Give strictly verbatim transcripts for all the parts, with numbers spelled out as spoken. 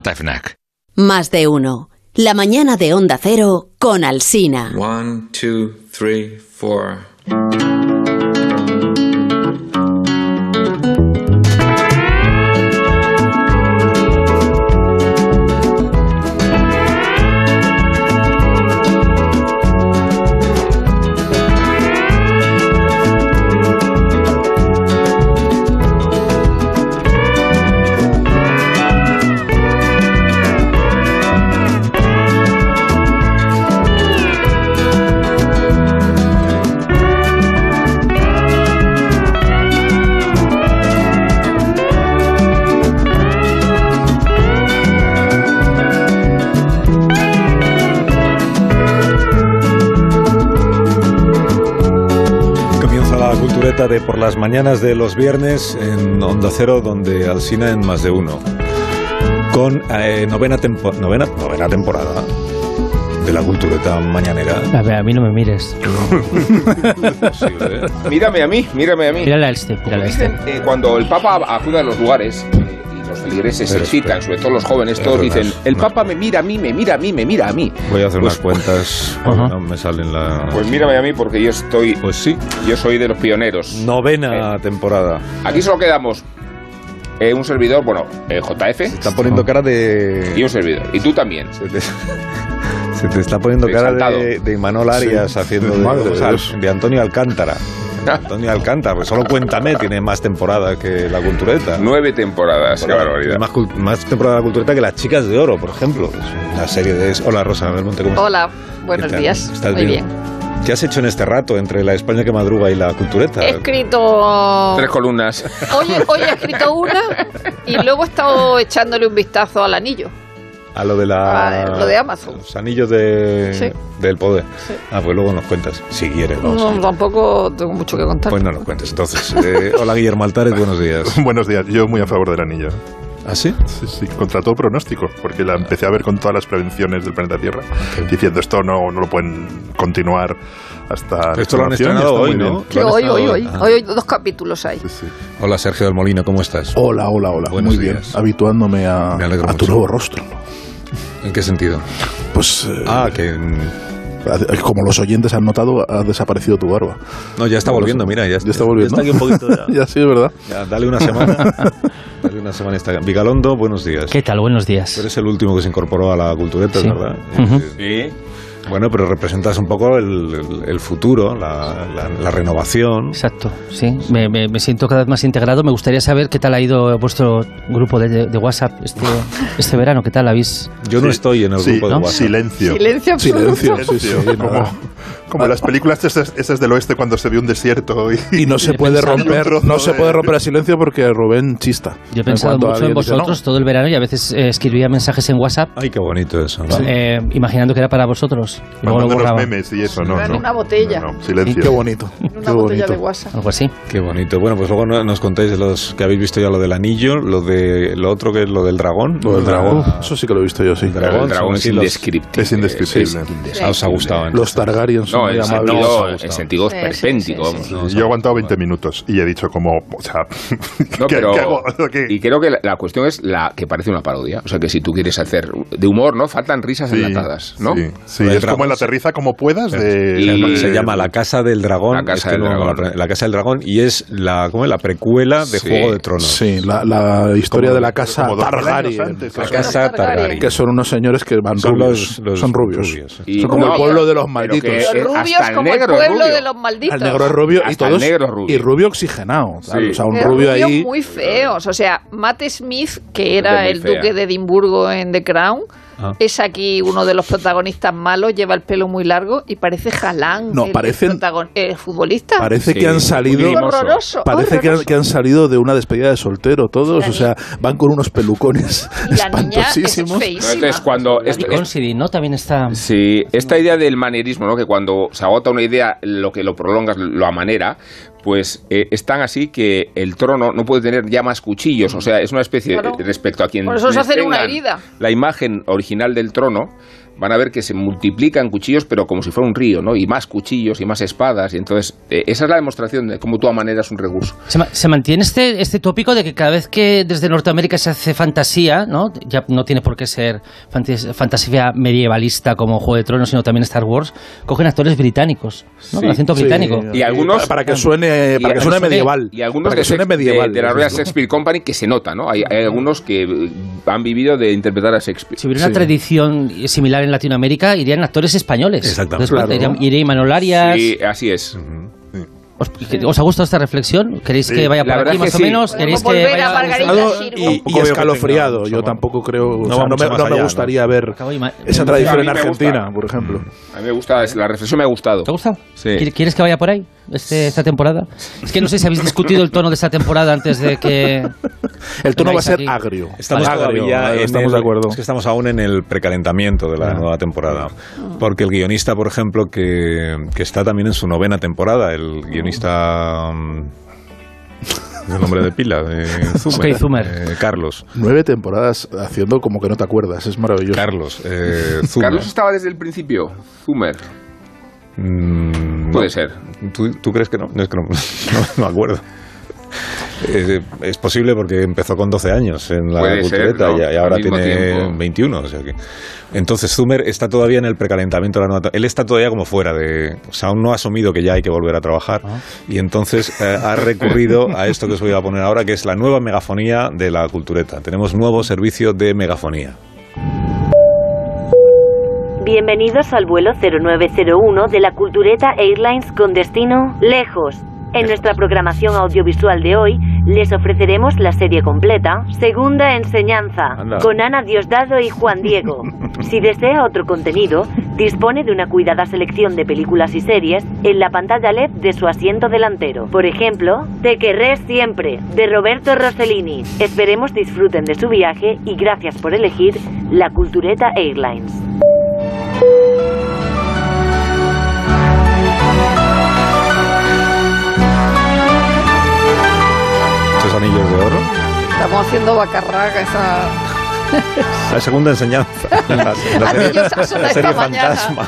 FNAC. Más de uno. La mañana de Onda Cero con Alsina. One, two, three, four. De por las mañanas de los viernes en Onda Cero, donde Alsina en Más de Uno, con eh, novena, tempo- novena, novena temporada de la cultureta mañanera. A ver, a mí no me mires. Posible, ¿eh? Mírame a mí, mírame a mí. Mírala a este, mírala a este. Dicen, eh, cuando el Papa acude a los lugares eh, y los feligreses se Pero, excitan, espera. sobre todo los jóvenes, todos Eso dicen, no es- el no. Papa me mira a mí, me mira a mí, me mira a mí. Voy a hacer Pues- unas cuentas, Ajá. no me salen la... Pues mírame a mí porque yo estoy, Pues sí, yo soy de los pioneros. novena temporada. Aquí solo quedamos eh, un servidor, bueno, eh, J F Está poniendo cara de... y un servidor. Y tú también. Se te, se te está poniendo Estoy cara exaltado. de, de Imanol Arias Sí. haciendo de, Madre o sea, de Dios. de Antonio Alcántara. Antonio Alcántara, pues solo Cuéntame tiene más temporada que la cultureta. Nueve temporadas, qué barbaridad. Tiene más, cul- más temporada de la cultureta que Las Chicas de Oro, por ejemplo. Es una serie de... Hola, Rosa Belmonte, ¿cómo estás? Hola, buenos ¿Qué tal? días. ¿Estás Muy bien. ¿Qué has hecho en este rato entre la España que madruga y la cultureta? He escrito. Tres columnas. Hoy, hoy he escrito una y luego he estado echándole un vistazo al anillo. A lo de la... A lo de Amazon. Los anillos de, Sí. del poder. Sí. Ah, pues luego nos cuentas, si quieres. No, Vamos. tampoco tengo mucho que contar. Pues no nos cuentes. Entonces, eh, hola Guillermo Altares, buenos días. Buenos días, yo muy a favor del anillo. ¿Ah, sí? Sí, sí, contra todo pronóstico, porque la empecé a ver con todas las prevenciones del planeta Tierra, diciendo esto no, no lo pueden continuar hasta... Esto lo han la estrenado hoy, ¿no? Sí, Lo han hoy, hoy, estrenado hoy, Ah. hoy, hoy dos capítulos hay. Sí, sí. Hola Sergio del Molino, ¿cómo estás? Hola, hola, hola. Buenos muy días. bien, habituándome a, Me alegro a tu mucho. nuevo rostro. ¿En qué sentido? Pues, eh, Ah, que... mm, como los oyentes han notado, ha desaparecido tu barba. No, ya está volviendo, mira. Ya, Ya está volviendo. Ya está aquí un poquito ya. Ya sí, es verdad. Ya, dale una semana. Dale una semana. Está... Vigalondo, buenos días. ¿Qué tal? Buenos Tú días. eres el último que se incorporó a la cultureta, Sí. ¿verdad? Ujú. Eh, Sí. Bueno, pero representas un poco el, el- el futuro, la, la- la renovación. Exacto, sí. Me, me- me siento cada vez más integrado. Me gustaría saber qué tal ha ido vuestro grupo de, de WhatsApp este, este verano. ¿Qué tal habéis? Yo no Sí. estoy en el Sí, grupo de ¿no? WhatsApp. Silencio. Silencio absoluto. Silencio, sí, sí, como, nada. como las películas esas, esas del oeste cuando se ve un desierto y, Y no se He puede pensado- romper, trozo no se de- puede romper el silencio porque Rubén chista. Yo he pensado cuanto mucho en alguien dice, vosotros "No". todo el verano y a veces eh, escribía mensajes en WhatsApp Ay, qué bonito eso. eh, imaginando que era para vosotros. Y luego lo mandando los borraba. memes y eso, no, En no. una botella. No, no, Y silencio. qué bonito. En Qué una botella bonito. de WhatsApp. Algo así. Qué bonito. Bueno, pues luego no- nos contáis de los que habéis visto ya lo del anillo, lo de lo otro que es lo del dragón. Lo del dragón. Ah, Eso sí que lo he visto yo, sí. El dragón. El dragón son es así los- indescriptible. Es indescriptible. Ah, os ha gustado. ¿eh? Los Targaryen son No, muy en amables. sentido, os ha en gustado. sentido Sí, esperpéntico, sí, sí, vamos. sí. No, os ha Yo he aguantado gustado. veinte minutos y he dicho como, o sea, No, ¿qué, pero, qué hago? O sea, ¿qué? y creo que la, la cuestión es la que parece una parodia. O sea, que si tú quieres hacer de humor, ¿no? Faltan risas Sí, enlatadas, ¿no? Sí, sí, Lo del es como dragón, el aterriza como puedas de... Y- Se llama- de- se llama La Casa del Dragón. La Casa Es que del no- Dragón. La Casa del Dragón y es la, ¿cómo es? La precuela de Sí. Juego de Tronos. Sí, la, la historia como- de la casa como dos mil años Targaryen. antes, La eso. Casa Targaryen. Targaryen. Que son unos señores que van Son rubios. los- los son rubios. rubios. Y- Son como no, el pueblo de los pero malditos. que- Los Eh, rubios hasta el como el negro es pueblo rubio. de los malditos. El negro es rubio y Hasta el todos negro es rubio. y rubio oxigenado, claro, Sí. o sea, un Eh, rubio rubios ahí muy feos. O sea, Matt Smith, que Gente era muy el fea. duque de Edimburgo en The Crown, Ah. es aquí uno de los protagonistas malos, lleva el pelo muy largo y parece Jalán, No, el, parecen- el, protagon- el futbolista. parece Sí, que han muy salido grimoso. horroroso. Parece que han, horroroso. que han salido de una despedida de soltero todos, La o sea, van con unos pelucones Y la niña es espantosísimos. No, feísima. entonces, cuando... Y esto- Considine, ¿no? También está... Sí, esta idea del manierismo, ¿no? Que cuando se agota una idea, lo que lo prolongas lo amanera, pues eh, es tan así que el trono no puede tener ya más cuchillos. O sea, es una especie, Claro. de, respecto a quien Por eso se les hace una tengan herida. la imagen original del trono, van a ver que se multiplican cuchillos, pero como si fuera un río, ¿no? Y más cuchillos y más espadas. Y entonces, eh, esa es la demostración de cómo tú amaneras un recurso. Se, ma- se mantiene este, este tópico de que cada vez que desde Norteamérica se hace fantasía, ¿no? Ya no tiene por qué ser fantas- fantasía medievalista como Juego de Tronos, sino también Star Wars, cogen actores británicos, ¿no? Sí, Con acento sí. británico. Y algunos... Para que suene, y para que suene algunos- medieval. Y algunos para que de, suene Sex- medieval. de, de la Royal Shakespeare Company que se nota, ¿no? Hay, hay algunos que han vivido de interpretar a Shakespeare. Si hubiera una Sí. tradición similar en Latinoamérica, irían actores españoles. Exactamente. Después Claro. irían, iría Imanol Arias. Sí, así es. ¿Os, ¿Os ha gustado esta reflexión? ¿Queréis que vaya La por verdad aquí es que más o sí. menos? ¿Queréis que Volver a vaya Margarita Algo Sirgo. y, y Tampoco veo que escalofriado. tenga Yo mucho tampoco creo. o No sea, va no, mucho me, más no me allá, gustaría ver Acabo de ima- esa A tradición mí en me Argentina, gusta. por ejemplo. A mí me gusta, la reflexión me ha gustado. ¿Te ha gustado? Sí. ¿Quiere- ¿Quieres que vaya por ahí este, esta temporada? Es que no sé si habéis discutido el tono de esta temporada antes de que... El tono va a Vengáis ser aquí. agrio. Estamos Agrio, todavía en estamos el- de acuerdo. Es que estamos aún en el precalentamiento de la Ah. nueva temporada. Porque el guionista, por ejemplo, que, que está también en su novena temporada, el guionista... mm, el nombre de pila, de Zumer, Ok, Zumer. eh, Carlos. Nueve temporadas haciendo como que no te acuerdas. Es maravilloso. Carlos, eh, Zumer. Carlos estaba desde el principio. Zumer. Mm, Puede no. ser. ¿Tú, tú crees que no? No, es que no, no, no me acuerdo. Eh, es posible porque empezó con doce años en la Puede ser, cultureta ¿no? y, y Al ahora mismo tiene tiempo. veintiuno. O sea que, entonces Zumer está todavía en el precalentamiento de la nueva. Él está todavía como fuera de. O sea, aún no ha asumido que ya hay que volver a trabajar. Y entonces eh, ha recurrido a esto que os voy a poner ahora, que es la nueva megafonía de la cultureta. Tenemos nuevo servicio de megafonía. Bienvenidos al vuelo cero nueve cero uno de la Cultureta Airlines con destino lejos. En nuestra programación audiovisual de hoy les ofreceremos la serie completa Segunda Enseñanza Anda. con Ana Diosdado y Juan Diego. Si desea otro contenido, dispone de una cuidada selección de películas y series en la pantalla L E D de su asiento delantero. Por ejemplo, Te querré siempre, de Roberto Rossellini. Esperemos disfruten de su viaje y gracias por elegir la Cultureta Airlines. Estos anillos de oro. Estamos haciendo bacarraca esa... La segunda enseñanza. La, la serie, Anillos a sonar la serie esta mañana. fantasma.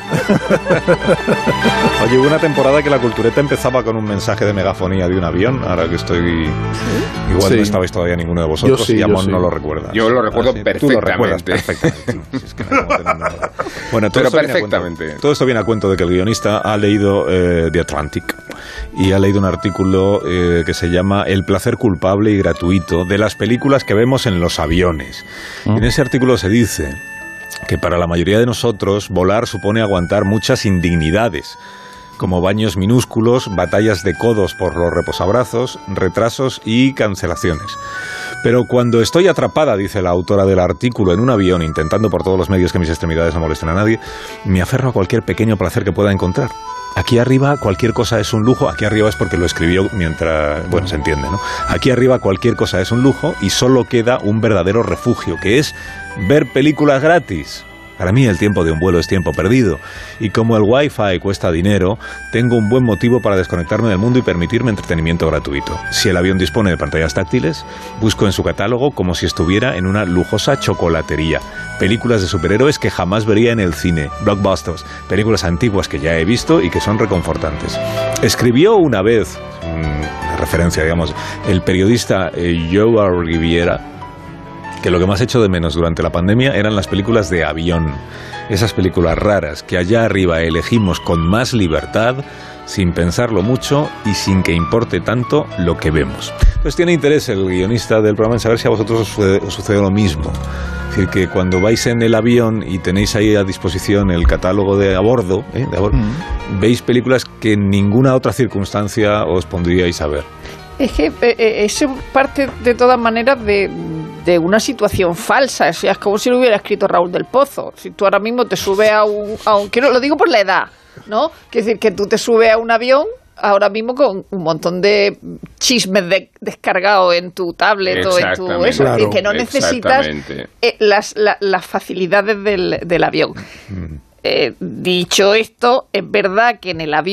Oye, hubo una temporada que la cultureta empezaba con un mensaje de megafonía de un avión. Ahora que estoy... Igual Sí. no estabais todavía ninguno de vosotros Yo sí, y yo Amón sí. no lo recuerda. Yo lo recuerdo Tú lo recuerdas perfectamente. perfectamente. No, si es que no hay como tener memoria. Bueno, todo Pero esto viene a cuento- perfectamente. todo esto viene a cuento de que el guionista ha leído eh, The Atlantic y ha leído un artículo eh, que se llama El placer culpable y gratuito de las películas que vemos en los aviones. ¿Mm? En ese artículo se dice que para la mayoría de nosotros volar supone aguantar muchas indignidades, como baños minúsculos, batallas de codos por los reposabrazos, retrasos y cancelaciones. Pero cuando estoy atrapada, dice la autora del artículo, en un avión, intentando por todos los medios que mis extremidades no molesten a nadie, me aferro a cualquier pequeño placer que pueda encontrar. Aquí arriba cualquier cosa es un lujo, aquí arriba es porque lo escribió mientras, bueno, se entiende, ¿no? Aquí arriba cualquier cosa es un lujo y solo queda un verdadero refugio, que es ver películas gratis. Para mí el tiempo de un vuelo es tiempo perdido, y como el Wi-Fi cuesta dinero, tengo un buen motivo para desconectarme del mundo y permitirme entretenimiento gratuito. Si el avión dispone de pantallas táctiles, busco en su catálogo como si estuviera en una lujosa chocolatería. Películas de superhéroes que jamás vería en el cine, blockbusters, películas antiguas que ya he visto y que son reconfortantes. Escribió una vez, una referencia, digamos, el periodista eh, Joe Riviera, que lo que más echo de menos durante la pandemia eran las películas de avión. Esas películas raras que allá arriba elegimos con más libertad, sin pensarlo mucho y sin que importe tanto lo que vemos. Pues tiene interés el guionista del programa en saber si a vosotros os sucede, os sucede lo mismo. Es decir, que cuando vais en el avión y tenéis ahí a disposición el catálogo de a bordo, ¿eh? de a bordo Mm. veis películas que en ninguna otra circunstancia os pondríais a ver. Es que eh, eh, eso parte de todas maneras de, de una situación falsa. O sea, es como si lo hubiera escrito Raúl del Pozo. Si tú ahora mismo te subes a un... A un quiero, lo digo por la edad, ¿no? Quiere decir que tú te subes a un avión ahora mismo con un montón de chismes de, descargados en tu tablet o en tu... Exactamente. Eso, es decir, Claro. que no necesitas Exactamente. eh, las, la- las facilidades del, del avión. Eh, dicho esto, es verdad que en el avión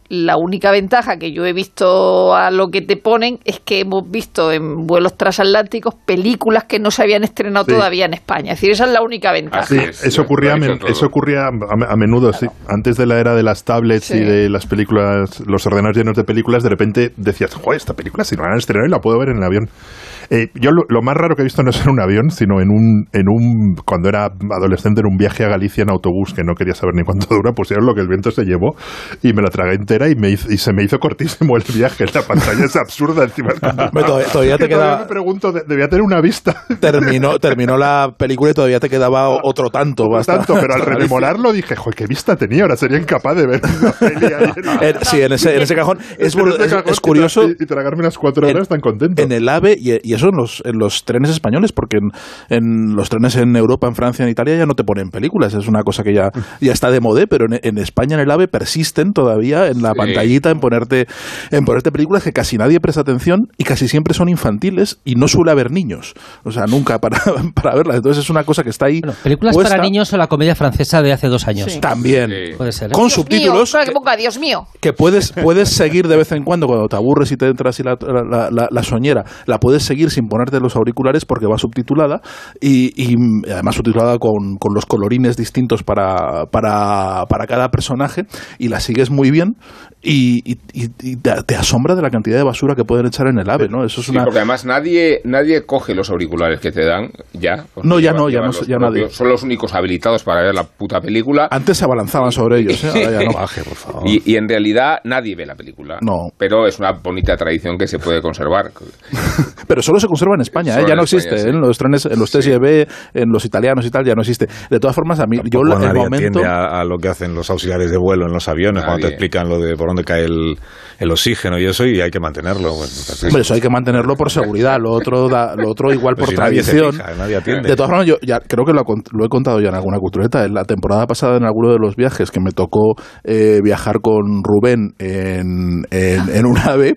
la única ventaja que yo he visto a lo que te ponen es que hemos visto en vuelos transatlánticos películas que no se habían estrenado sí. todavía en España. Es decir, esa es la única ventaja. Sí, eso ocurría, men, eso ocurría a, a menudo, sí. Antes de la era de las tablets sí. y de las películas, los ordenadores llenos de películas, de repente decías, joder, esta película si no la han estrenado y la puedo ver en el avión. Eh, yo lo, lo más raro que he visto no es en un avión, sino en un, en un cuando era adolescente en un viaje a Galicia en autobús que no quería saber ni cuánto dura, pusieron Lo que el viento se llevó y me la tragué entera y, me hizo, y se me hizo cortísimo el viaje. La pantalla es absurda encima. todavía, todavía te queda. Todavía me pregunto, de, debía tener una vista. Terminó, terminó la película y todavía te quedaba otro tanto. Otro bastante. tanto, pero al rememorarlo dije, joder, qué vista tenía, ahora sería incapaz de ver una peli ahí en el... Sí, en ese, en ese cajón. Es, en ese es, cajón es curioso. Y, y tragarme unas cuatro horas en, tan contento. En el AVE, y, y eso en los, en los trenes españoles, porque en, en los trenes en Europa, en Francia, en Italia ya no te ponen películas, es una cosa que ya, ya está de moda, pero en, en España en el AVE persisten todavía en la sí. pantallita en ponerte, en ponerte películas que casi nadie presta atención y casi siempre son infantiles y no suele haber niños, o sea, nunca para, para verlas, entonces es una cosa que está ahí. Bueno, películas puesta. Para niños o la comedia francesa de hace dos años. Sí. También, sí. Puede ser, ¿eh? Con Dios subtítulos. Mío, que, ponga, Dios mío. Que puedes, puedes seguir de vez en cuando, cuando te aburres y te entras así la, la, la, la soñera, la puedes seguir sin ponerte los auriculares porque va subtitulada y, y además subtitulada con, con los colorines distintos para, para, para cada personaje y la sigues muy bien y, y, y te, te asombra de la cantidad de basura que pueden echar en el AVE, ¿no? Eso es sí, una... porque además nadie nadie coge los auriculares que te dan ya. No, ya no, ya no, ya nadie. Son los únicos habilitados para ver la puta película. Antes se abalanzaban sobre ellos, ¿eh? Ahora ya no. Baje, por favor. Y, y en realidad nadie ve la película. No. Pero es una bonita tradición que se puede conservar. Pero solo se conserva en España, ¿eh? Ya no existe, España, sí. ¿eh? En los trenes, en los T S I B, en los italianos y tal, ya no existe. De todas formas, a mí, Tampoco yo el nadie momento... atiende a, a lo que hacen los auxiliares de vuelo en los aviones, nadie. Cuando te explican lo de por dónde cae el, el oxígeno y eso, y hay que mantenerlo. Bueno, Hombre, eso hay que mantenerlo por seguridad, lo otro, da, lo otro igual por si tradición. Nadie se fija, nadie atiende. De todas formas, yo ya creo que lo, lo he contado ya en alguna cultureta. En la temporada pasada, en alguno de los viajes que me tocó eh, viajar con Rubén en, en, en un AVE,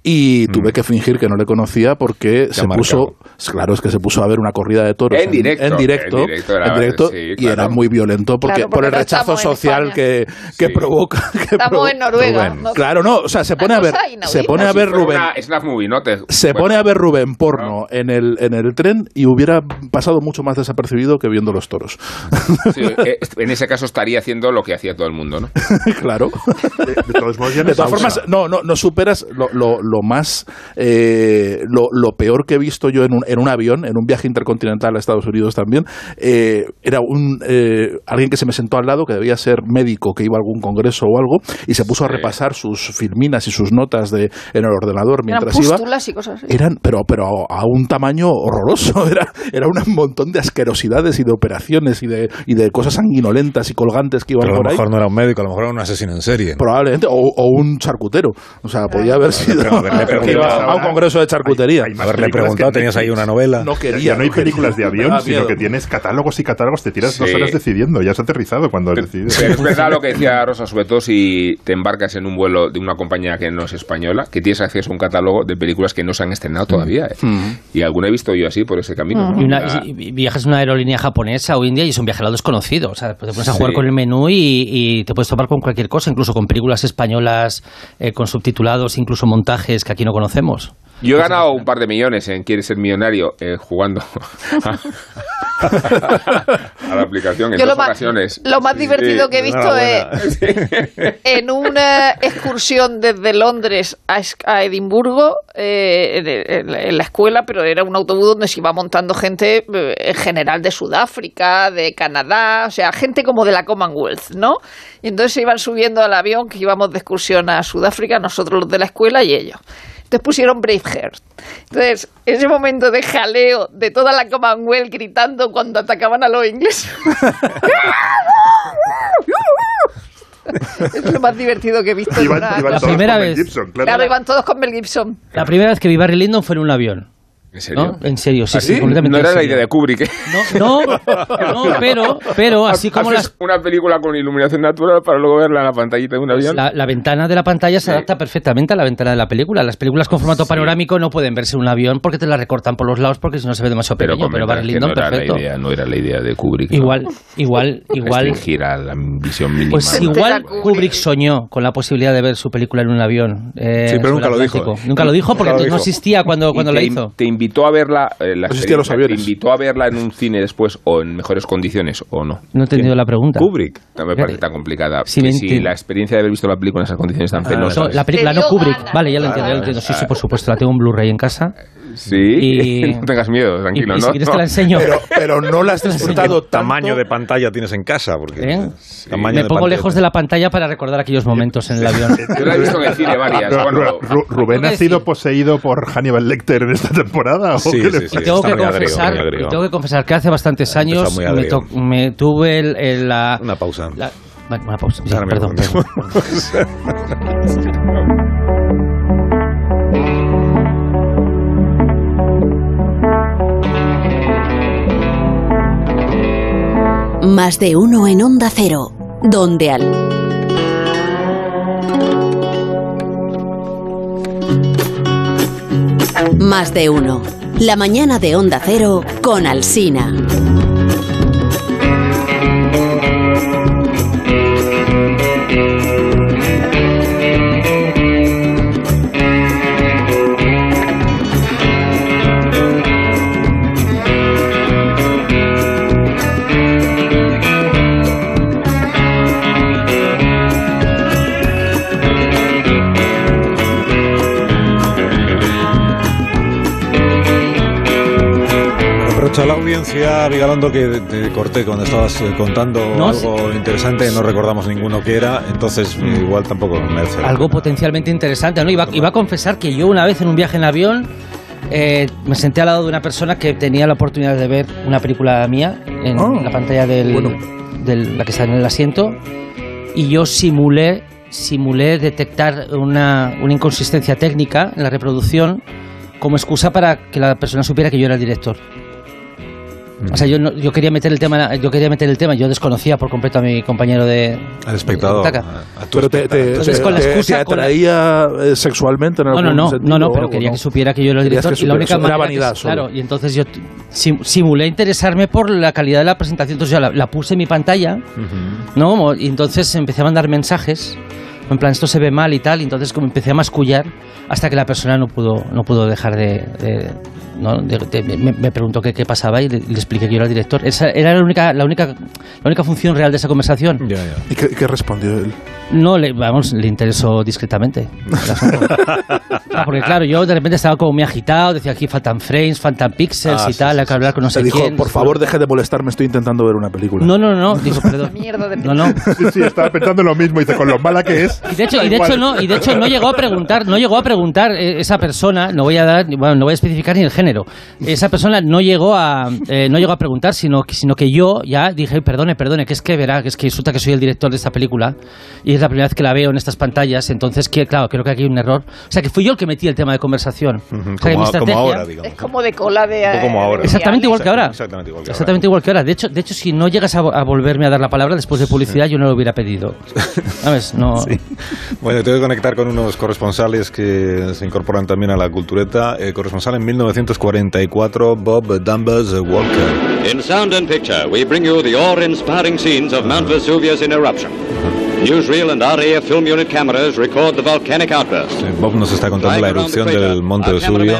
y tuve mm. que fingir que no le conocía porque se puso, claro, es que se puso a ver una corrida de toros en directo, en, en directo, en directo, era, en directo sí, y claro. era muy violento porque, claro, porque por el no rechazo social que, que sí. provoca. Que estamos provoca. en Noruega. No, claro, no, o sea, se pone a ver, se pone a ver si Rubén. Una snap movie, ¿no? Te, se bueno. pone a ver Rubén porno no. en el en el tren y hubiera pasado mucho más desapercibido que viendo los toros. Sí, en ese caso estaría haciendo lo que hacía todo el mundo, ¿no? Claro. De, de todos modos, ya de todas formas, no, no, no superas lo, lo, lo más, eh, lo, lo peor que he visto yo en un, en un avión, en un viaje intercontinental a Estados Unidos también, eh, era un eh, alguien que se me sentó al lado, que debía ser médico, que iba a algún congreso o algo, y se puso sí. a repasar sus filminas y sus notas de, en el ordenador mientras eran iba. pústulas y cosas así. Eran, pero, pero a un tamaño horroroso, era, era un montón de asquerosidades y de operaciones y de, y de cosas sanguinolentas y colgantes que iban pero por ahí. A lo mejor ahí. No era un médico, a lo mejor era un asesino en serie. Probablemente, o, o un charcutero. O sea, podía haber sido a un congreso de charcutería. Hay, hay haberle preguntado, tenías ahí una novela. No quería. Ya no hay no quería. películas de avión, sino miedo. Que tienes catálogos y catálogos, te tiras sí. dos horas decidiendo, ya has aterrizado cuando pero, decides. Pero es verdad lo que decía Rosa, sobre todo si te embarcas en un vuelo de una compañía que no es española, que tienes acceso a un catálogo de películas que no se han estrenado todavía. ¿eh? Mm. Y alguna he visto yo así por ese camino. Mm. ¿no? Y, una, y viajas en una aerolínea japonesa o india y es un viaje a lado desconocido. O sea, te pones a jugar sí. con el menú y, y te puedes topar con cualquier cosa, incluso con películas españolas eh, con subtitulados, incluso montajes que aquí no conocemos. Yo he ganado un par de millones en Quiere ser millonario eh, jugando a, a la aplicación en Yo dos lo ocasiones. Más, lo más divertido sí, que he visto es sí. en una excursión desde Londres a, a Edimburgo, eh, en, en la escuela, pero era un autobús donde se iba montando gente eh, en general de Sudáfrica, de Canadá, o sea, gente como de la Commonwealth, ¿no? Y entonces se iban subiendo al avión que íbamos de excursión a Sudáfrica, nosotros los de la escuela y ellos. Entonces pusieron Braveheart. Entonces, ese momento de jaleo de toda la Commonwealth gritando cuando atacaban a los ingleses. Es lo más divertido que he visto. Iban, iban la primera vez. Gibson, claro. claro, iban todos con Mel Gibson. La primera vez que vi Barry Lyndon fue en un avión. ¿En serio? ¿No? En serio, sí, ¿Ah, sí, sí? completamente No era en la serio. idea de Kubrick. No, no, no, pero, pero así como Haces las... una película con iluminación natural para luego verla en la pantallita de un avión. La, la ventana de la pantalla se adapta perfectamente a la ventana de la película. Las películas con formato Sí. panorámico no pueden verse en un avión porque te la recortan por los lados porque si no se ve demasiado Pero pequeño. Pero comentas Barry que no Lyndon, era, la perfecto. idea, no era la idea de Kubrick. ¿no? Igual, igual, igual. Restringir a la visión mínima. Pues ¿no? igual Kubrick soñó con la posibilidad de ver su película en un avión. Eh, Sí, pero sobre nunca lo dijo. Atlántico. Nunca lo dijo porque Nunca lo no dijo. existía cuando, Y cuando te, la hizo. ¿Te invitó a verla eh, la No existían los experiencia, aviones. ¿Te invitó a verla en un cine después o en mejores condiciones o no? No he entendido la pregunta. Kubrick. No me parece tan complicada. Sí, que me si entiendo. la experiencia de haber visto la película en esas condiciones tan No, penosas. la película, Te no dio Kubrick. ganas. Vale, ya lo entiendo, ya lo entiendo. Sí, sí, por supuesto. La tengo en Blu-ray en casa. Sí, Y- no tengas miedo, tranquilo, y, y ¿no? si quieres te la enseño. Pero, pero no la has disfrutado tanto. Tamaño de pantalla tienes en casa, porque ¿Eh? tamaño Me de pongo pantalla. lejos de la pantalla para recordar aquellos momentos en el avión. Yo la he visto en el cine varias. Ru- Bueno, Ru- ¿Rubén Tengo ha que sido decir- poseído por Hannibal Lecter en esta temporada? ¿o Sí, qué le sí, sí. pasa? Y tengo, está que muy agrio, confesar, muy agrio. y tengo que confesar que hace bastantes años Está muy me, agrio. to- me tuve el, el- la, Una pausa. la- bueno, una pausa. Sí, Ahora mismo. perdón, perdón. Más de uno en Onda Cero, donde al... Más de uno. La mañana de Onda Cero con Alsina. Aprovecho a la audiencia, Vigalondo, que te corté cuando estabas eh, contando No, algo interesante, no recordamos ninguno que era, entonces eh, igual tampoco merece. Algo potencialmente interesante, ¿no? Iba, iba a confesar que yo una vez en un viaje en avión eh, me senté al lado de una persona que tenía la oportunidad de ver una película mía en Ah, la pantalla del, bueno. del- la que está en el asiento y yo simulé simulé detectar una, una inconsistencia técnica en la reproducción como excusa para que la persona supiera que yo era el director. O sea, yo, no- yo quería meter el tema, yo quería meter el tema, yo desconocía por completo a mi compañero de Al espectador. de butaca. a- a tu Pero te, te, Entonces, te- con la te- excusa, te con la- atraía eh, sexualmente en No, no, algún no, sentido no, no, o pero algo, quería ¿no? que supiera que yo era el Querías director que y la supiera, única era manera que- vanidad solo. claro, y entonces yo t- sim- simulé interesarme por la calidad de la presentación, entonces yo la, la puse en mi pantalla, ¿no? Como- Y entonces empecé a mandar mensajes, en plan, esto se ve mal y tal, y entonces como empecé a mascullar hasta que la persona no pudo no pudo dejar de... de- ¿no? de- de- me, me preguntó qué, qué pasaba y le, le expliqué que yo era el director. Esa era la única, la única, la única función real de esa conversación. Ya, ya. ¿Y qué, qué respondió él? No, le, vamos, le interesó discretamente el asunto. Ah, porque claro, yo de repente estaba como muy agitado, decía aquí faltan frames, faltan píxeles Ah, y sí, tal, sí, hay que hablar con no Se sé dijo, quién. por favor, deje de molestarme, estoy intentando ver una película. No, no, no, dijo, perdón. Mierda de No, no. Sí, sí, estaba pensando lo mismo. Dice, con lo mala que es. Y de hecho, da y de hecho igual. no, y de hecho no llegó a preguntar, no llegó a preguntar eh, esa persona, no voy a dar, bueno, no voy a especificar ni el género. Esa persona no llegó a eh, no llegó a preguntar, sino que sino que yo ya dije, perdone, perdone, que es que verá, que es que resulta que soy el director de esta película y es la primera vez que la veo en estas pantallas, entonces que claro, creo que aquí hay un error. O sea, que fui yo el que metí el tema de conversación. Ujú, O sea, que mi como, estrategia- como ahora, digamos. Es como de cola de... Un poco como ahora. de Exactamente igual que ahora. Exactamente igual que ahora. Exactamente igual que ahora. De hecho, de hecho si no llegas a, a volverme a dar la palabra después de publicidad, yo no lo hubiera pedido. ¿Sabes? No. Sí. Bueno, tengo que conectar con unos corresponsales que se incorporan también a la cultureta. Eh, corresponsal en mil novecientos cuarenta y cuatro, Bob Dumbers Walker. In Sound and Picture, we bring you the awe-inspiring scenes of Mount Vesuvius in eruption. Newsreel and R A F Film Unit cameras record the volcanic outburst. Eh, Bob nos está contando la erupción del monte Vesubio.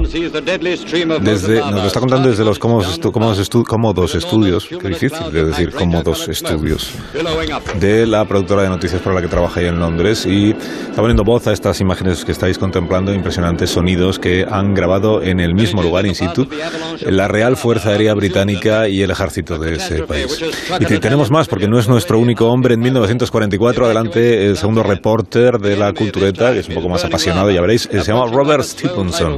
Desde, nos lo está contando desde los cómodos, estu- cómodos, estu- cómodos estudios, qué difícil de decir, cómodos estudios, de la productora de noticias para la que trabaja ahí en Londres, y está poniendo voz a estas imágenes que estáis contemplando, impresionantes sonidos que han grabado en el mismo lugar in situ la Real Fuerza Aérea Británica y el ejército de ese país. Y te- tenemos más, porque no es nuestro único hombre en mil novecientos cuarenta y cuatro. Adelante el segundo reporter de la cultureta, que es un poco más apasionado, ya veréis, se llama Robert Stephenson.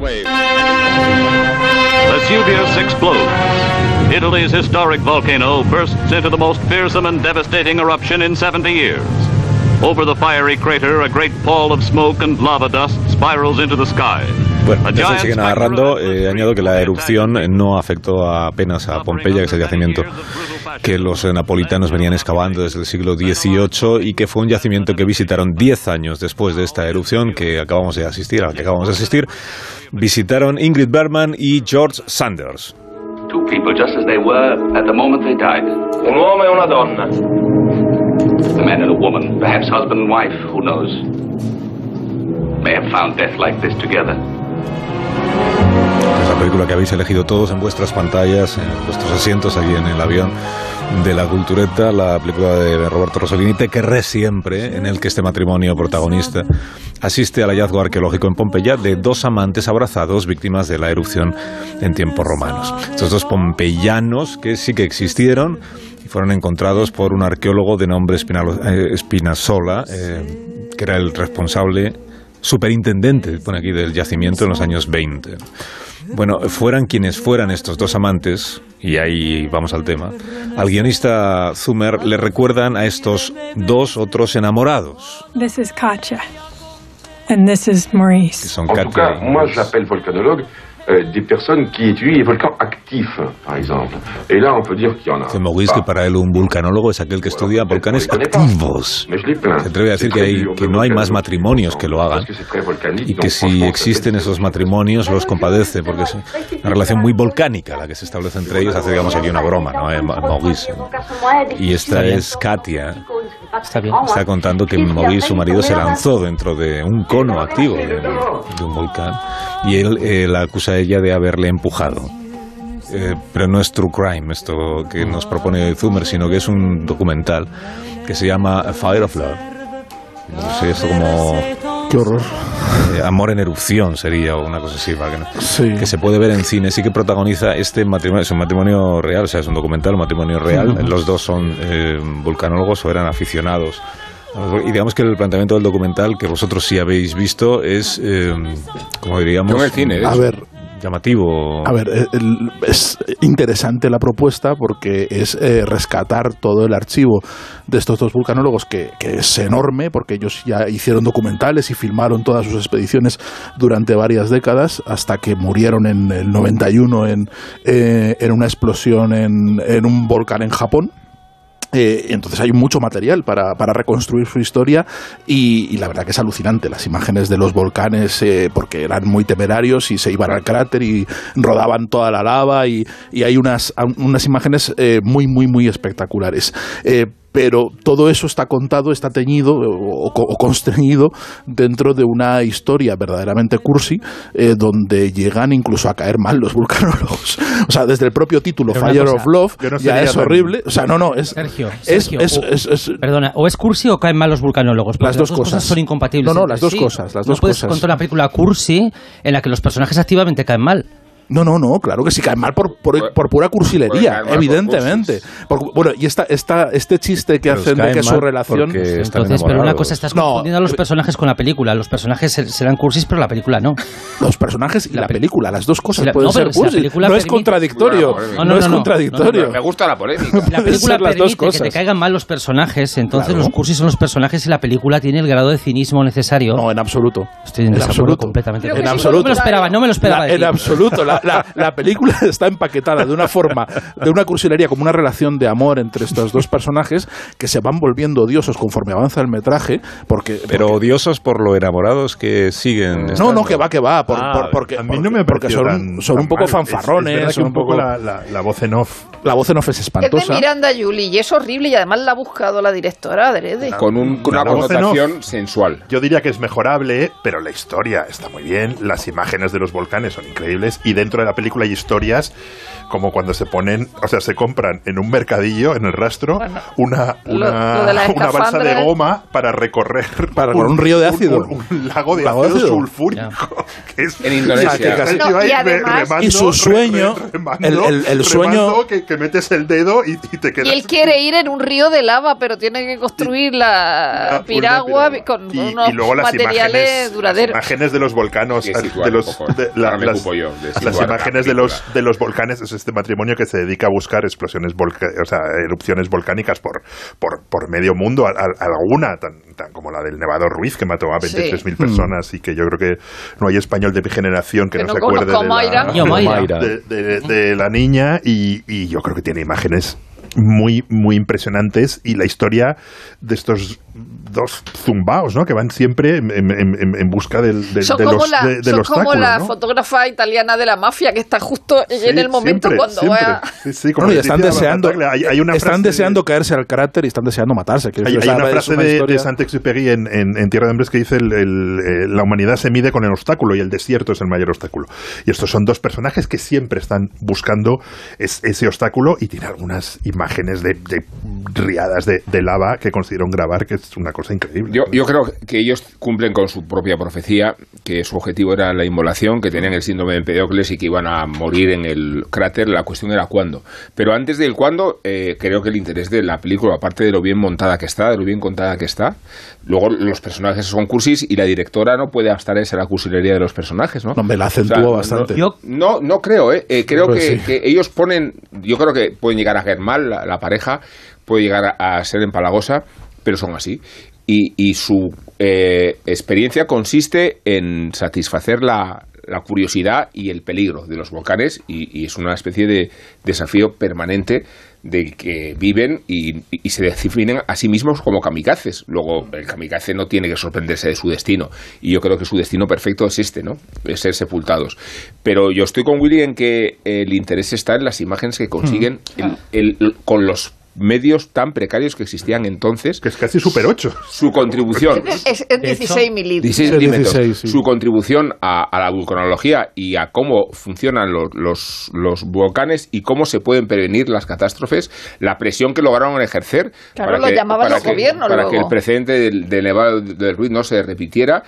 Vesuvius explodes. Italy's historic volcano bursts into the most fearsome and devastating eruption in seventy years. Over the fiery crater, a great pall of smoke and lava dust spirals into the sky. Bueno, eso sigue narrando. Eh, añado que la erupción no afectó apenas a Pompeya, que es el yacimiento que los napolitanos venían excavando desde el siglo dieciocho y que fue un yacimiento que visitaron diez años después de esta erupción que acabamos de asistir, a la que acabamos de asistir. Visitaron Ingrid Bergman y George Sanders. Two people just as they were at the moment they died. Un uomo e una donna. A man and a woman, perhaps husband and wife, who knows? May have found death like this together. Es la película que habéis elegido todos en vuestras pantallas, en vuestros asientos aquí en el avión de la Cultureta, la película de Roberto Rossellini, Te querré siempre, en el que este matrimonio protagonista asiste al hallazgo arqueológico en Pompeya de dos amantes abrazados víctimas de la erupción en tiempos romanos. Estos dos pompeyanos que sí que existieron y fueron encontrados por un arqueólogo de nombre Spinazzola, eh, que era el responsable superintendente, pone aquí, del yacimiento en los años veinte. Bueno, fueran quienes fueran estos dos amantes, y ahí vamos al tema, al guionista Zumer le recuerdan a estos dos otros enamorados. This is Katja, and this is Maurice. Que son en tout cas, moi j'appelle volcanologue Euh, des personnes qui étudient les volcans actifs, par exemple. Et là, on peut dire qu'il y en a. Maurice, que para él un vulcanólogo es aquel que estudia volcanes activos. Se atreve a decir que, hay, que no hay más matrimonios que lo hagan y que si existen esos matrimonios los compadece, porque es una relación muy volcánica la que se establece entre ellos. Hace, digamos, aquí una broma, ¿no? Eh, Maurice. Y esta es Katia. Está bien. Está contando que Maurice, su marido, se lanzó dentro de un cono activo de, de un volcán y él eh, la acusa a ella de haberle empujado. Eh, pero no es true crime esto que nos propone Zumer, sino que es un documental que se llama A Fire of Love. No sé, esto como... ¡Qué horror! Eh, Amor en erupción sería, o una cosa así, para que, no, sí. que se puede ver en cine. Sí que protagoniza este matrimonio, es un matrimonio real, o sea, es un documental, un matrimonio real. Uh-huh. Los dos son eh, vulcanólogos o eran aficionados. Y digamos que el planteamiento del documental, que vosotros sí habéis visto, es, eh, como diríamos... Yo en el cine, ¿eh? A ver... llamativo. A ver, el, es interesante la propuesta porque es eh, rescatar todo el archivo de estos dos vulcanólogos que, que es enorme, porque ellos ya hicieron documentales y filmaron todas sus expediciones durante varias décadas hasta que murieron en el noventa y uno en, eh, en una explosión en, en un volcán en Japón. Eh, entonces hay mucho material para, para reconstruir su historia y, y la verdad que es alucinante las imágenes de los volcanes, eh, porque eran muy temerarios y se iban al cráter y rodaban toda la lava y, y hay unas, unas imágenes eh, muy muy muy espectaculares. Eh, pero todo eso está contado, está teñido o, o constreñido dentro de una historia verdaderamente cursi, eh, donde llegan incluso a caer mal los vulcanólogos. O sea, desde el propio título, pero Fire of Love, no ya es horrible. O sea, no, no, es... Sergio, es, Sergio es, o, es, es, perdona, o es cursi o caen mal los vulcanólogos. Las dos, las dos cosas. cosas son incompatibles. No, no, las dos sí. cosas. Las no dos puedes cosas. contar una película cursi en la que los personajes activamente caen mal. No, no, no, claro que sí, caen mal por, por, por pura cursilería, evidentemente. Por, bueno, y esta, esta, este chiste que pero hacen de que su relación... Entonces, pero una cosa, estás confundiendo no, a los personajes con la película. Los personajes serán cursis, pero la película no. Los personajes y la, la película, las dos cosas si la, pueden no, ser cursis. Si no permite, es contradictorio. No, no, no, no es no, contradictorio. No, no, me gusta la polémica. La película permite que te caigan mal los personajes, entonces claro. Los cursis son los personajes y la película tiene el grado de cinismo necesario. No, en absoluto. Estoy en, en desacuerdo completamente. En absoluto. No me lo esperaba, no me lo esperaba. En absoluto. La película está empaquetada de una forma, de una cursilería, como una relación de amor entre estos dos personajes que se van volviendo odiosos conforme avanza el metraje, porque... Pero porque, odiosos por lo enamorados que siguen... No, estando. no, que va, que va, por, ah, por, porque, a mí no me porque son, tan, son tan un poco mal. fanfarrones, es, es son un poco la, la, la voz en off. La voz en off es espantosa. Es de Miranda Julie y es horrible y además la ha buscado la directora adrede. Con, un, con una connotación sensual. Yo diría que es mejorable, pero la historia está muy bien, las imágenes de los volcanes son increíbles y dentro de la película hay historias como cuando se ponen, o sea, se compran en un mercadillo, en el rastro, bueno, una, una, lo, lo una balsa de goma para recorrer para un, un río de ácido, un, un, un lago de ácido, ácido sulfúrico, yeah. Que es en Indonesia. Casi no, y, además, remando, y su sueño, re, re, remando, el, el, el sueño que, que metes el dedo y, y te quedas. Y él quiere ir en un río de lava, pero tiene que construir la, la piragua, piragua con y, unos y luego las materiales imágenes, duraderos. Las imágenes de los volcanos, de los, de, la, las, las imágenes de los, de los volcanes, es este matrimonio que se dedica a buscar explosiones, volca o sea, erupciones volcánicas por, por, por medio mundo, a, a, alguna tan, tan como la del Nevado Ruiz, que mató a veintitrés mil sí. personas, y que yo creo que no hay español de mi generación que, que no, no se acuerde de la, de, de, de, de la niña, y, y yo creo que tiene imágenes muy muy impresionantes, y la historia de estos dos zumbaos, ¿no?, que van siempre en, en, en, en busca del, de, son de como los la, de, de son obstáculo, como la ¿no? fotógrafa italiana de la mafia, que está justo sí, en el momento siempre, cuando siempre. va a... sí, sí, como no, y están deseando hay, hay una están frase deseando de... caerse al cráter y están deseando matarse. Que hay, es, hay o sea, una frase una de, historia... de Saint-Exupéry en, en, en Tierra de Hombres que dice el, el, eh, la humanidad se mide con el obstáculo y el desierto es el mayor obstáculo, y estos son dos personajes que siempre están buscando es, ese obstáculo, y tiene algunas imágenes de, de riadas de, de lava que consiguieron grabar, que es una cosa increíble. Yo, yo creo que ellos cumplen con su propia profecía, que su objetivo era la inmolación, que tenían el síndrome de Empedocles y que iban a morir en el cráter. La cuestión era cuándo. Pero antes del cuándo, eh, creo que el interés de la película, aparte de lo bien montada que está, de lo bien contada que está, luego los personajes son cursis y la directora no puede abstraerse de la cursilería de los personajes, ¿no? No, me la acentúa o sea, bastante. No, no, no creo, ¿eh? eh creo pues que, sí. que ellos ponen, yo creo que pueden llegar a caer mal la, la pareja, puede llegar a, a ser empalagosa, pero son así. Y, y su eh, experiencia consiste en satisfacer la, la curiosidad y el peligro de los volcanes, y, y es una especie de desafío permanente de que viven y, y se definen a sí mismos como kamikazes. Luego, el kamikaze no tiene que sorprenderse de su destino, y yo creo que su destino perfecto es este, ¿no?, es ser sepultados. Pero yo estoy con Willy en que el interés está en las imágenes que consiguen el, el, el, con los medios tan precarios que existían entonces, que es casi Super ocho. Su contribución es en dieciséis milímetros, dieciséis milímetros sí. Su contribución a, a la vulcanología y a cómo funcionan los, los, los volcanes y cómo se pueden prevenir las catástrofes, la presión que lograron ejercer claro, para, lo que, llamaban para, los que, gobiernos para luego. que el precedente del, del Nevado del Ruiz no se repitiera,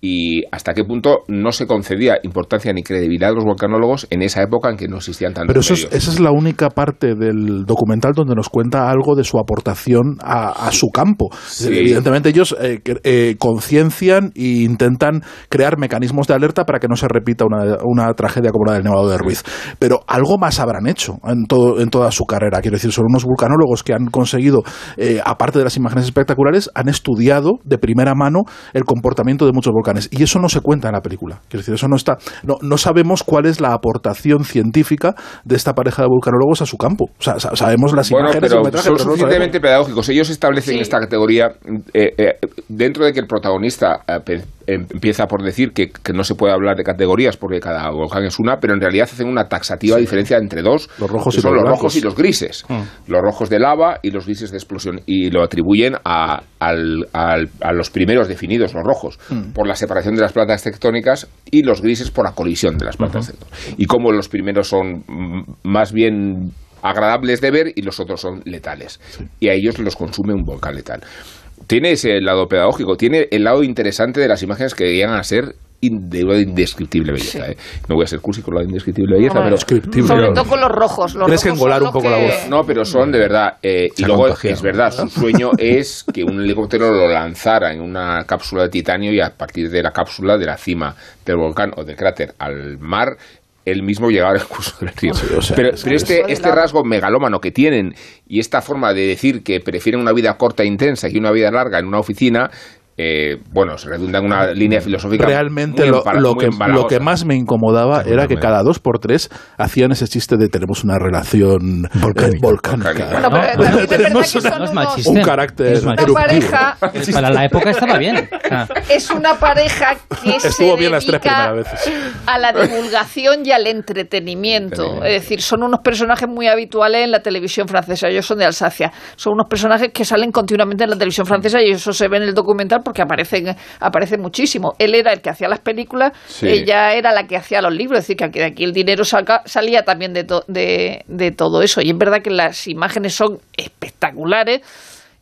y hasta qué punto no se concedía importancia ni credibilidad a los volcanólogos en esa época en que no existían tantos Pero eso medios. Es, esa es la única parte del documental donde nos cuenta algo de su aportación a, a su campo. Sí. Evidentemente ellos eh, eh, conciencian e intentan crear mecanismos de alerta para que no se repita una, una tragedia como la del Nevado de Ruiz. Pero algo más habrán hecho en, todo, en toda su carrera. Quiero decir, son unos vulcanólogos que han conseguido, eh, aparte de las imágenes espectaculares, han estudiado de primera mano el comportamiento de muchos volcanes. Y eso no se cuenta en la película. Quiero decir, eso no está. No, no sabemos cuál es la aportación científica de esta pareja de vulcanólogos a su campo. O sea, sabemos las bueno, imágenes. Pero metraje, son pero suficientemente no pedagógicos. Ellos establecen sí. esta categoría eh, eh, dentro de que el protagonista eh, empieza por decir que, que no se puede hablar de categorías porque cada volcán es una, pero en realidad hacen una taxativa sí. diferencia entre dos, los rojos, que y son los, los rojos y los grises. Mm. Los rojos de lava y los grises de explosión, y lo atribuyen a, al, al, a los primeros definidos, los rojos, mm. por la separación de las placas tectónicas, y los grises por la colisión de las placas uh-huh. tectónicas. Y como los primeros son más bien agradables de ver y los otros son letales. Sí. Y a ellos los consume un volcán letal. Tiene ese lado pedagógico, tiene el lado interesante de las imágenes que llegan a ser de una indescriptible belleza. Sí. ¿eh? No voy a ser cursi con la indescriptible belleza, no, pero... Sobre todo con los rojos. Los Tienes rojos que engolar un poco que... la voz. No, pero son de verdad. Eh, y luego contagiado. Es verdad, su sueño es que un helicóptero lo lanzara en una cápsula de titanio, y a partir de la cápsula, de la cima del volcán o del cráter al mar, él mismo llegaba al curso del río. Sí, o sea, pero pero este, este rasgo megalómano que tienen, y esta forma de decir que prefieren una vida corta e intensa y una vida larga en una oficina, eh, bueno, se redunda en una línea filosófica. Realmente lo, empala, lo, que, lo que más me incomodaba era que cada dos por tres hacían ese chiste de tenemos una relación volcánica. Eh, volcánica. Bueno, pero no, también tenemos es verdad que son no unos, es un carácter es una eruptivo. Pareja, para la época estaba bien. Ah. Es una pareja que Estuvo se bien las tres dedica primeras veces. a la divulgación y al entretenimiento. Es decir, son unos personajes muy habituales en la televisión francesa. Ellos son de Alsacia. Son unos personajes que salen continuamente en la televisión francesa, y eso se ve en el documental porque aparecen aparece muchísimo. Él era el que hacía las películas, sí. Ella era la que hacía los libros, es decir, que de aquí el dinero saca, salía también de, to, de, de todo eso. Y es verdad que las imágenes son espectaculares,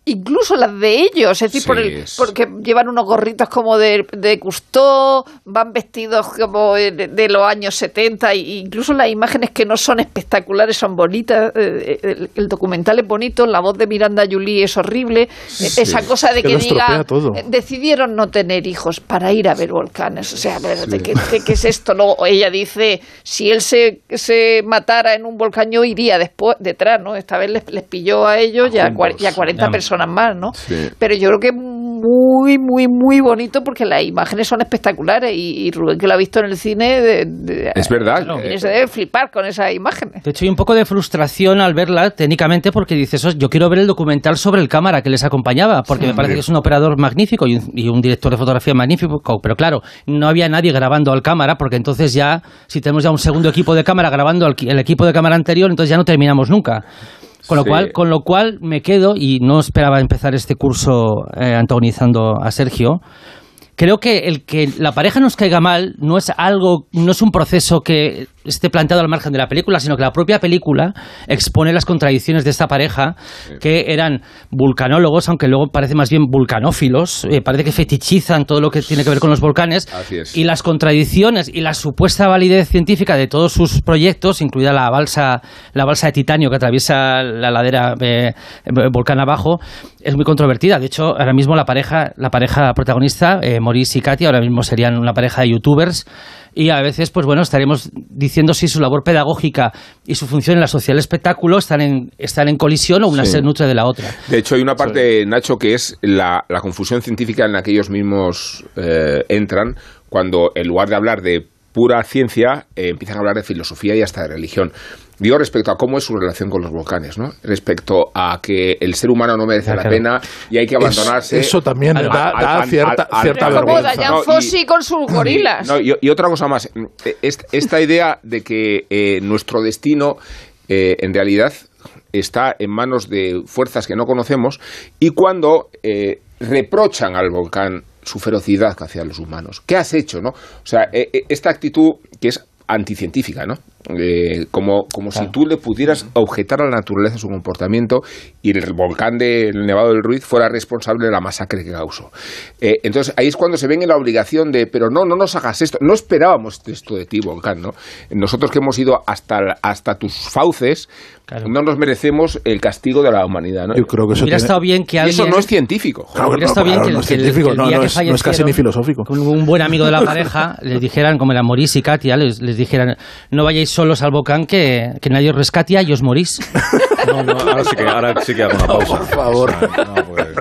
incluso las de ellos, es decir, Sí, por el, es- porque llevan unos gorritos como de, de Cousteau, van vestidos como de, de los años setenta, e incluso las imágenes que no son espectaculares son bonitas, eh, el, el documental es bonito, la voz de Miranda Julie es horrible, Sí. esa cosa de Que que, lo estropea diga, todo. eh, decidieron no tener hijos para ir a ver volcanes, o sea, a ver, Sí. ¿qué, qué, qué es esto? Luego ella dice, si él se, se matara en un volcán yo iría después, detrás, ¿no? Esta vez les, les pilló a ellos y a, cua- y a cuarenta Ya. personas más, ¿no? Sí. Pero yo creo que es muy, muy, muy bonito porque las imágenes son espectaculares y, y Rubén, que lo ha visto en el cine, de, de- Es verdad. eh, eh, se debe flipar con esas imágenes. De hecho, hay un poco de frustración al verla técnicamente porque dices, "Oh, yo quiero ver el documental sobre el cámara que les acompañaba, porque me parece que es un operador magnífico y un, y un director de fotografía magnífico, pero claro, no había nadie grabando al cámara, porque entonces ya, si tenemos ya un segundo equipo de cámara grabando al, el equipo de cámara anterior, entonces ya no terminamos nunca. Con lo, Sí. cual, con lo cual me quedo, y no esperaba empezar este curso eh, antagonizando a Sergio. Creo que el que la pareja nos caiga mal no es algo, no es un proceso que esté planteado al margen de la película, sino que la propia película expone las contradicciones de esta pareja, que eran vulcanólogos, aunque luego parece más bien vulcanófilos, eh, parece que fetichizan todo lo que tiene que ver con los volcanes, Así es. y las contradicciones y la supuesta validez científica de todos sus proyectos, incluida la balsa, la balsa de titanio que atraviesa la ladera eh, volcán abajo, es muy controvertida. De hecho, ahora mismo la pareja, la pareja protagonista, eh, Maurice y Katia, ahora mismo serían una pareja de youtubers, y a veces, pues bueno, estaremos diciendo si su labor pedagógica y su función en la sociedad del espectáculo están en, están en colisión o una Sí. se nutre de la otra. De hecho, hay una parte, Nacho, que es la, la confusión científica en la que ellos mismos eh, entran cuando, en lugar de hablar de pura ciencia, eh, empiezan a hablar de filosofía y hasta de religión. Digo respecto a cómo es su relación con los volcanes, ¿no? Respecto a que el ser humano no merece Ah, la claro. pena y hay que abandonarse. Eso también al- da- al- da al- cierta- al- cierta al- Es como vergüenza. Diane No, y- Fossey con sus gorilas. no, y, y otra cosa más, es- esta idea de que eh, nuestro destino eh, en realidad está en manos de fuerzas que no conocemos, y cuando eh, reprochan al volcán su ferocidad hacia los humanos. ¿Qué has hecho, no? O sea, eh, eh, esta actitud que es anticientífica, ¿no? Eh, como como si tú le pudieras objetar a la naturaleza su comportamiento y el volcán del Nevado del Ruiz fuera responsable de la masacre que causó. Eh, entonces ahí es cuando se ven en la obligación de, pero no, no nos hagas esto. No esperábamos esto de ti, volcán, ¿no? Nosotros que hemos ido hasta, hasta tus fauces, Claro. no nos merecemos el castigo de la humanidad, ¿no? Yo creo que eso Hubiera tiene- estado bien que Y alguien... eso no es científico. joder. Claro, Hubiera no, estado bien claro, que, no es que el- científico, que el no, día no que es- no es casi fallecieron, ni filosófico. con un buen amigo de la pareja, les dijeran, como era Maurice y Katia, les, les dijeran, no vayáis solos al volcán, que, que nadie os rescate y os morís. No, no, ahora sí que, ahora sí que hago una pausa. por favor. O sea, no, pues,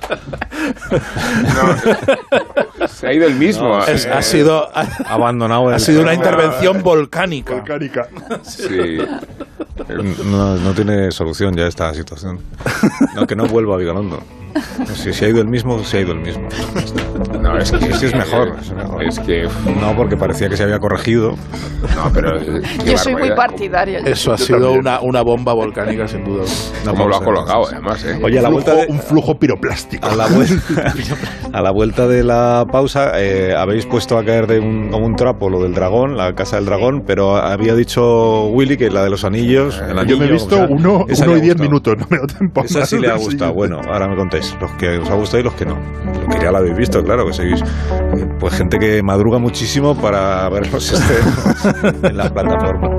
No, se ha ido el mismo. No, eh, Es- ha sido, ha, abandonado el ha sido una Ah. intervención volcánica. Volcánica. sí. No, no tiene solución ya esta situación. No, que no vuelva a Vigalondo. Si se ha ido el mismo, se ha ido el mismo. No, es que Sí, sí, es mejor, es mejor. Es que. No, porque parecía que se había corregido. No, pero. eh, qué Yo soy muy barbaridad. partidaria. Eso ha Yo sido también. una, una bomba volcánica, sin duda. No, ¿Cómo lo ha vamos a- colocado, además, eh? Oye, a la Un vuelta flujo- de, un flujo piroplástico. a la vuelta, a la vuelta de la pausa, eh, habéis puesto a caer de un, como un trapo lo del dragón, la casa del dragón, pero había dicho Willy que la de los anillos. El Yo me he anillo, visto o sea, uno, esa uno le y ha diez gustado. minutos, no me lo tempo. Esa sí le ha gustado. Bueno, ahora me contéis los que os ha gustado y los que no. Los que ya la habéis visto, claro, que sois eh, pues gente que madruga muchísimo para ver los estrenos en las plataformas.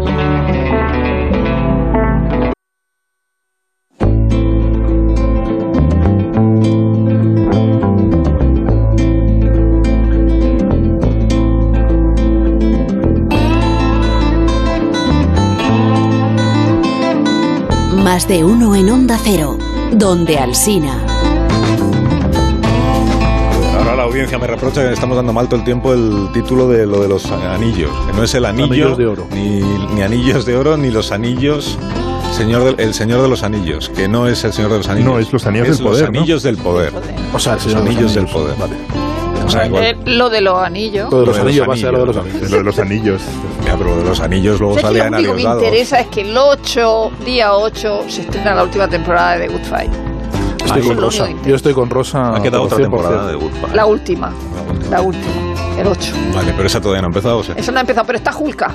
Más de uno en Onda Cero, donde Alsina. Ahora la audiencia me reprocha que estamos dando mal todo el tiempo el título de lo de los anillos, que no es el anillo Anillos de oro. Ni, ni anillos de oro, ni los anillos, señor del- el señor de los anillos, que no es el señor de los anillos. No, es los anillos es del poder, los ¿no? anillos del poder. O sea, el Los Señor de los anillos del Anillos. poder. Vale. O sea, igual, Eh, lo de los anillos. Lo de los Lo de los anillos va a ser lo de los anillos. anillos. Lo de los anillos. ya, pero de los anillos luego ¿Sabes que salían lo único que me ariosdados. interesa es que el ocho, día ocho, se estrena la última temporada de The Good Fight? Estoy Eso con es lo Rosa. único que Yo estoy con Rosa. Ha quedado otra cien por ciento. temporada de Good Fight. La última. La última. El ocho. Vale, pero esa todavía no ha empezado, ¿o sea? Eso no ha empezado, pero está Julka.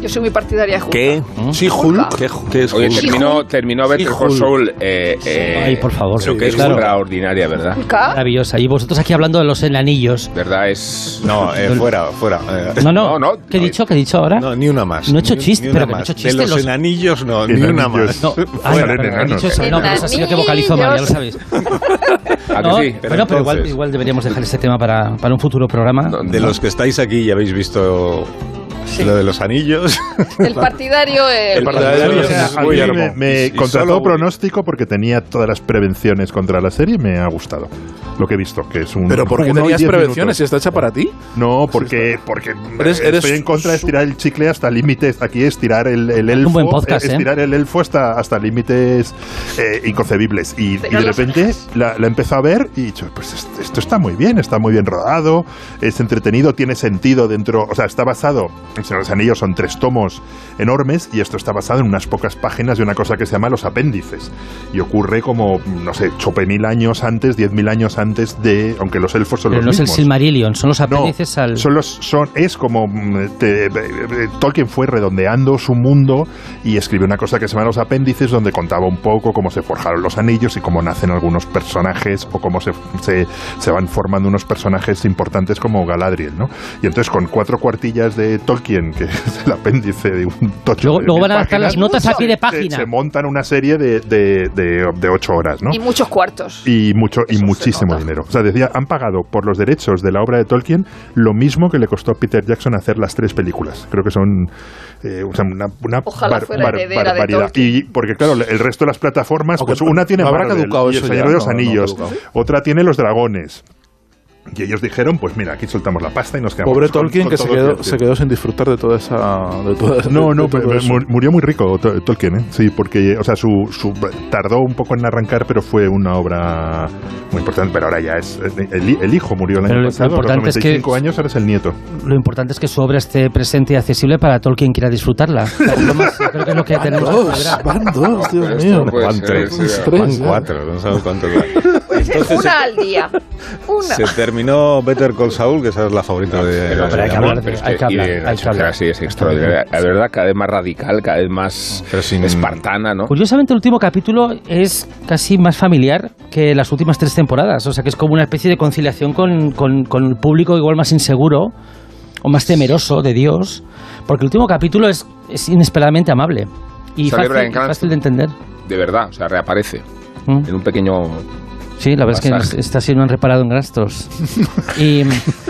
Yo soy muy partidaria de Hulk. ¿Qué? Sí, Hulk. ¿Qué, qué es Oye, Hulk? terminó, terminó Better Sí, Call Hulk. Saul. Eh, eh, Ay, por favor. Creo que es Claro. extraordinaria, ¿verdad? Maravillosa. Y vosotros aquí hablando de los enanillos. ¿Verdad? Es... No, eh, fuera, fuera. Eh, No, no. No, no, ¿Qué he dicho? ¿Qué he dicho ahora? No, ni una más. No he hecho Ni- chiste, ni una pero que no he más. hecho chiste. De los, los- enanillos, no, ni una más. No, ay, Salen pero he enanos. dicho eso. No, pero eso ha sido que vocalizo mal, ya lo sabéis. ¿A que No, sí? Bueno, pero igual, igual deberíamos dejar este tema para, para un futuro programa. De los que estáis aquí y habéis visto lo de los anillos. El partidario... eh, El partidario es A mí Guillermo. me, me Y- y contra solo todo Willy. pronóstico, porque tenía todas las prevenciones contra la serie, me ha gustado lo que he visto, que es un ¿Pero por qué uno y tenías diez prevenciones minutos. si está hecha para ti? No, porque, porque Eres- eh, eres estoy en contra de estirar el chicle hasta límites. Aquí estirar el, el elfo, un buen podcast, eh, ¿eh? estirar el elfo hasta, hasta límites eh, inconcebibles. Y, y Pero de los- repente la, la empezó a ver y he dicho, pues est- esto está muy bien, está muy bien rodado, es entretenido, tiene sentido dentro, o sea, está basado, en Señor de los Anillos son tres tomos enormes y esto está basado en unas pocas páginas de una cosa que se llama los apéndices. Y ocurre como, no sé, chope mil años antes, diez mil años antes de, aunque los elfos son Pero los no es el mismos. Silmarillion, son los No, apéndices al... son los, son, es como mm, te- eh, eh, Tolkien fue redondeando su mundo y escribió una cosa que se llama Los Apéndices, donde contaba un poco cómo se forjaron los anillos y cómo nacen algunos personajes o cómo se, se, se van formando unos personajes importantes como Galadriel, ¿no? Y entonces con cuatro cuartillas de Tolkien, que es el apéndice de un tocho Luego, de luego mil van a adaptar las páginas, notas a pie de se- página. Se, montan una serie de, de, de, de ocho horas, ¿no? Y muchos cuartos. Y mucho y Eso se muchísimo nota. dinero. O sea, decía, han pagado por los derechos de la obra de Tolkien lo mismo que le costó a Peter Jackson hacer las tres películas. Creo que son eh, o sea, una, una Ojalá bar- fuera bar- heredera de barbaridad. Tolkien. Y porque claro, el resto de las plataformas, Aunque pues una tiene no habrá Marvel caducado y El eso Señor ya, de los no, no ha Anillos, caducado. otra tiene Los Dragones. Y ellos dijeron, pues mira, aquí soltamos la pasta y nos quedamos Pobre con- Tolkien con que se todo quedó, que- se quedó sin disfrutar de toda esa... De toda, No, de- no, de todo pero eso. mu- murió muy rico To- Tolkien, ¿eh? Sí, porque, o sea, su, su tardó un poco en arrancar, pero fue una obra muy importante. Pero ahora ya es el, el hijo murió el Pero año lo pasado, a los importante es que- noventa y cinco años, ahora es el nieto. Lo importante es que su obra esté presente y accesible para todo el quien quiera disfrutarla. Es lo más- creo que es lo que tenemos que Dos, celebrar. van dos, Dios Esto mío. no puede Van ser, tres, sí, tres, van ya. cuatro, no sabemos cuánto queda. Entonces Una al día. Una. se terminó Better Call Saul, que esa es la favorita de... Pero, pero hay que amor, hablar de- pero es hay que y de hablar, hay Nacho que hablar. Cera sí es extraordinaria. La verdad, cada vez más radical, cada vez más Pero sin- espartana, ¿no? Curiosamente, el último capítulo es casi más familiar que las últimas tres temporadas. O sea, que es como una especie de conciliación con, con, con el público igual más inseguro o más temeroso de Dios. Porque el último capítulo es, es inesperadamente amable y Sale fácil, Bryan y fácil de entender. De verdad, o sea, reaparece ¿Mm? en un pequeño... Sí, la verdad es Pasaje. que esta sí no han reparado en gastos. Y,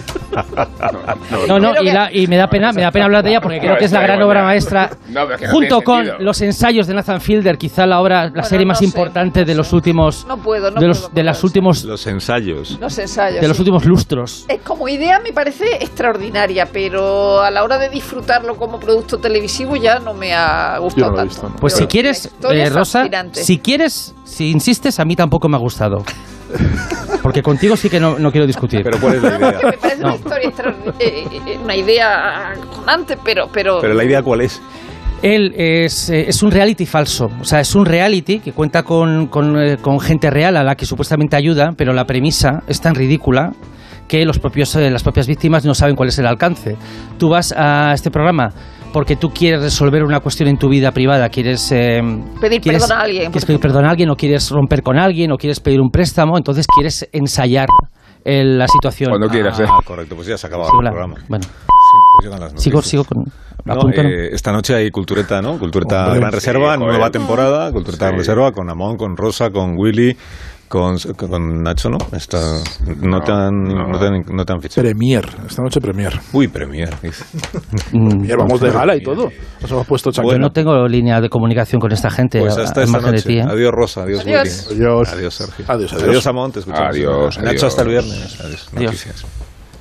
no, no, y, la- y me da pena, me da pena hablar de ella porque creo que es la gran obra maestra, No, pero es que no junto tiene con sentido. los ensayos de Nathan Fielder, quizá la obra, la Bueno, serie más no sé, importante de los últimos, No puedo, no de los, puedo de con las eso. últimos, Los ensayos. Los ensayos. de los sí. últimos lustros. Eh, Como idea me parece extraordinaria, pero a la hora de disfrutarlo como producto televisivo ya no me ha Yo gustado no lo he tanto. visto, no. Pues Pero si quieres, la historia eh, es Rosa, fascinante. si quieres, si insistes, a mí tampoco me ha gustado. Porque contigo sí que no, no quiero discutir. Pero ¿cuál es la Que idea? me parece una historia extra- eh, eh, una idea acojonante, pero, pero, Pero la idea ¿cuál es? Él es, eh, es un reality falso, o sea, es un reality que cuenta con, con, eh, con gente real a la que supuestamente ayuda, pero la premisa es tan ridícula que los propios, eh, las propias víctimas no saben cuál es el alcance. Tú vas a este programa porque tú quieres resolver una cuestión en tu vida privada, quieres... eh, Pedir quieres- perdón a alguien, por Quieres pedir perdón a alguien, o quieres romper con alguien, o quieres pedir un préstamo, entonces quieres ensayar el- la situación. Cuando quieras, ¿eh? Ah, correcto, pues ya se ha acabado Sí, el hola. programa. Bueno, Pues llegan las sigo, noticias. sigo con... No, apunto, ¿no? eh, esta noche hay Cultureta, ¿no? Cultureta Hombre, Gran sí, Reserva, joder. nueva temporada, Cultureta Sí. Gran Reserva, con Amón, con Rosa, con Willy, con, con Nacho, ¿no? Esta, no, te han, no. no te han, no te han fichado. Premier, esta noche Premier. Uy, Premier. dice. Mm, Premier, vamos de gala y todo. Nos hemos puesto Yo chaqueta. no tengo línea de comunicación con esta gente, Pues a- hasta al esta margen de noche. ti, ¿eh? Adiós, Rosa. Adiós, Adiós. Willy. Adiós. Adiós, Sergio. Adiós, adiós. Adiós, Amón. Te escuchamos. Adiós, Nacho, adiós. hasta el viernes. Adiós. Adiós. Noticias.